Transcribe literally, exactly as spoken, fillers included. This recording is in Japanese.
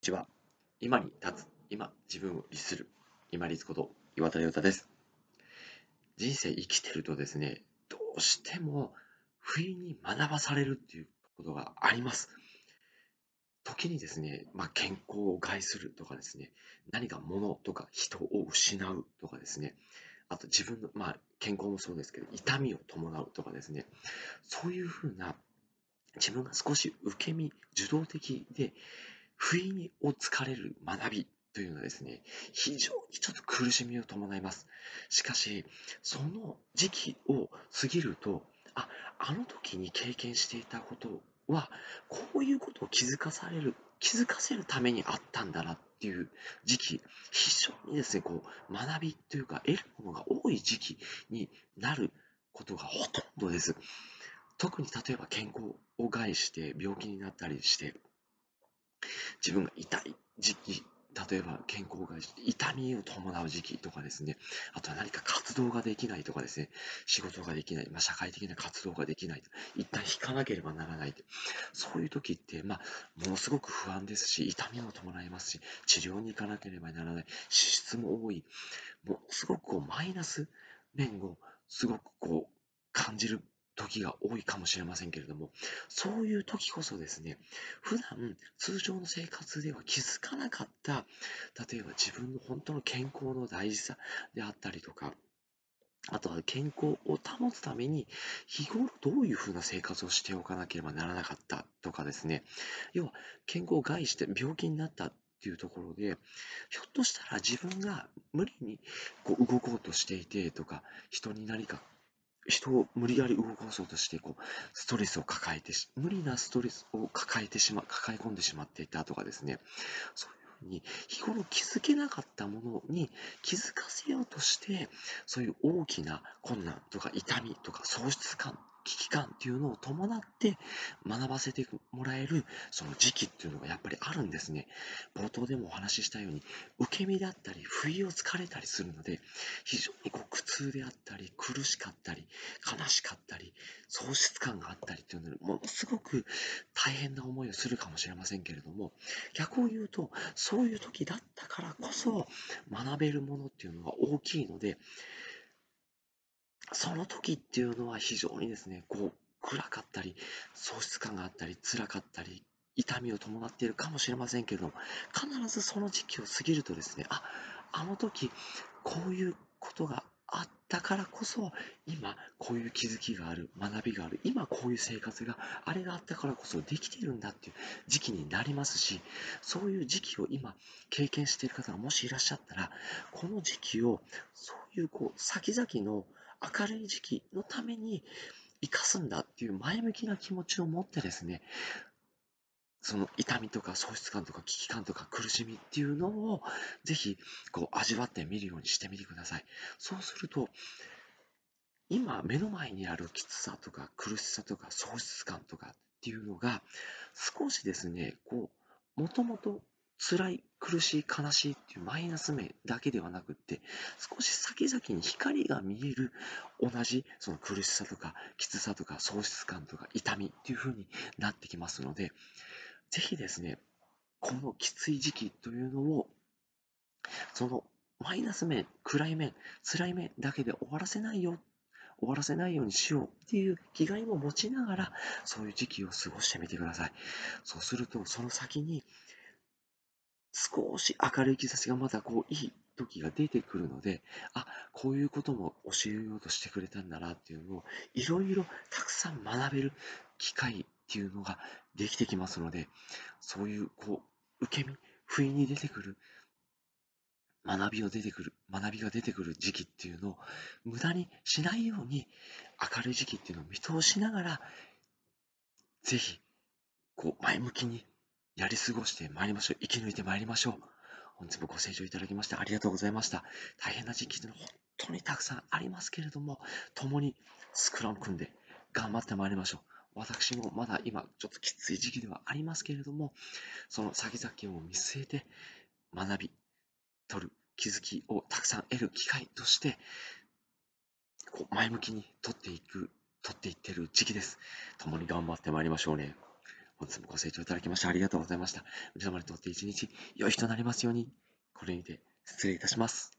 ちは。今に立つ、今自分を律する、今立こと岩田亮太です。人生生きてるとですね、どうしても不意に学ばされるっていうことがあります。時にですね、まあ、健康を害するとかですね、何か物とか人を失うとかですね、あと自分の、まあ、健康もそうですけど、痛みを伴うとかですね、そういうふうな自分が少し受け身、受動的で不意にをつかれる学びというのはですね、非常にちょっと苦しみを伴います。しかし、その時期を過ぎると、あ、あの時に経験していたことは、こういうことを気づかされる、気づかせるためにあったんだなっていう時期、非常にですね、こう、学びというか、得るものが多い時期になることがほとんどです。特に例えば健康を害して病気になったりして、自分が痛い時期、例えば健康が痛みを伴う時期とかですね、あとは何か活動ができないとかですね、仕事ができない、まあ、社会的な活動ができない、一旦引かなければならない、そういう時って、まあ、ものすごく不安ですし、痛みも伴いますし、治療に行かなければならない、支出も多い、ものすごくこうマイナス面をすごくこう感じる時が多いかもしれませんけれども、そういう時こそですね、普段通常の生活では気づかなかった、例えば自分の本当の健康の大事さであったりとか、あとは健康を保つために日頃どういうふうな生活をしておかなければならなかったとかですね、要は健康を害して病気になったっていうところで、ひょっとしたら自分が無理にこう動こうとしていてとか、人に何か人を無理やり動かそうとしてこうストレスを抱えてし無理なストレスを抱えてしま抱え込んでしまっていたとかですね、そういうふうに日頃気づけなかったものに気づかせようとして、そういう大きな困難とか痛みとか喪失感、危機感っていうのを伴って学ばせてもらえるその時期っていうのがやっぱりあるんですね。冒頭でもお話ししたように、受け身だったり不意をつかれたりするので、非常にこう苦痛であったり苦しかったり悲しかったり喪失感があったりっていうので、ものすごく大変な思いをするかもしれませんけれども、逆を言うと、そういう時だったからこそ学べるものっていうのが大きいので、その時っていうのは非常にですね、こう暗かったり、喪失感があったり、辛かったり、痛みを伴っているかもしれませんけれども、必ずその時期を過ぎるとですね、あ、あの時こういうことがあったからこそ、今こういう気づきがある、学びがある、今こういう生活があれがあったからこそできているんだっていう時期になりますし、そういう時期を今経験している方がもしいらっしゃったら、この時期をそういうこう先々の明るい時期のために生かすんだっていう前向きな気持ちを持ってですね、その痛みとか喪失感とか危機感とか苦しみっていうのをぜひこう味わってみるようにしてみてください。そうすると、今目の前にあるきつさとか苦しさとか喪失感とかっていうのが少しですね、こう、もともと辛い、苦しい、悲しいっていうマイナス面だけではなくって、少し先々に光が見える同じその苦しさとかきつさとか喪失感とか痛みっていう風になってきますので、ぜひですね、このきつい時期というのを、そのマイナス面、暗い面、辛い面だけで終わらせないよ、終わらせないようにしようっていう気概も持ちながら、そういう時期を過ごしてみてください。そうすると、その先に少し明るい兆しがまたこういい時が出てくるので、あ、こういうことも教えようとしてくれたんだなっていうのを、いろいろたくさん学べる機会っていうのができてきますので、そういうこう、受け身、不意に出てくる学びを出てくる、学びが出てくる時期っていうのを無駄にしないように、明るい時期っていうのを見通しながら、ぜひ、こう、前向きにやり過ごしてまいりましょう。生き抜いてまいりましょう。本日もご清聴いただきましてありがとうございました。大変な時期というのは本当にたくさんありますけれども、共にスクラム組んで頑張ってまいりましょう。私もまだ今ちょっときつい時期ではありますけれども、その先々を見据えて学び、取る、気づきをたくさん得る機会として、こう前向きに取っていく、取っていってる時期です。共に頑張ってまいりましょうね。 本日もご清聴いただきましてありがとうございました。皆様にとって一日良い日となりますように、これにて失礼いたします。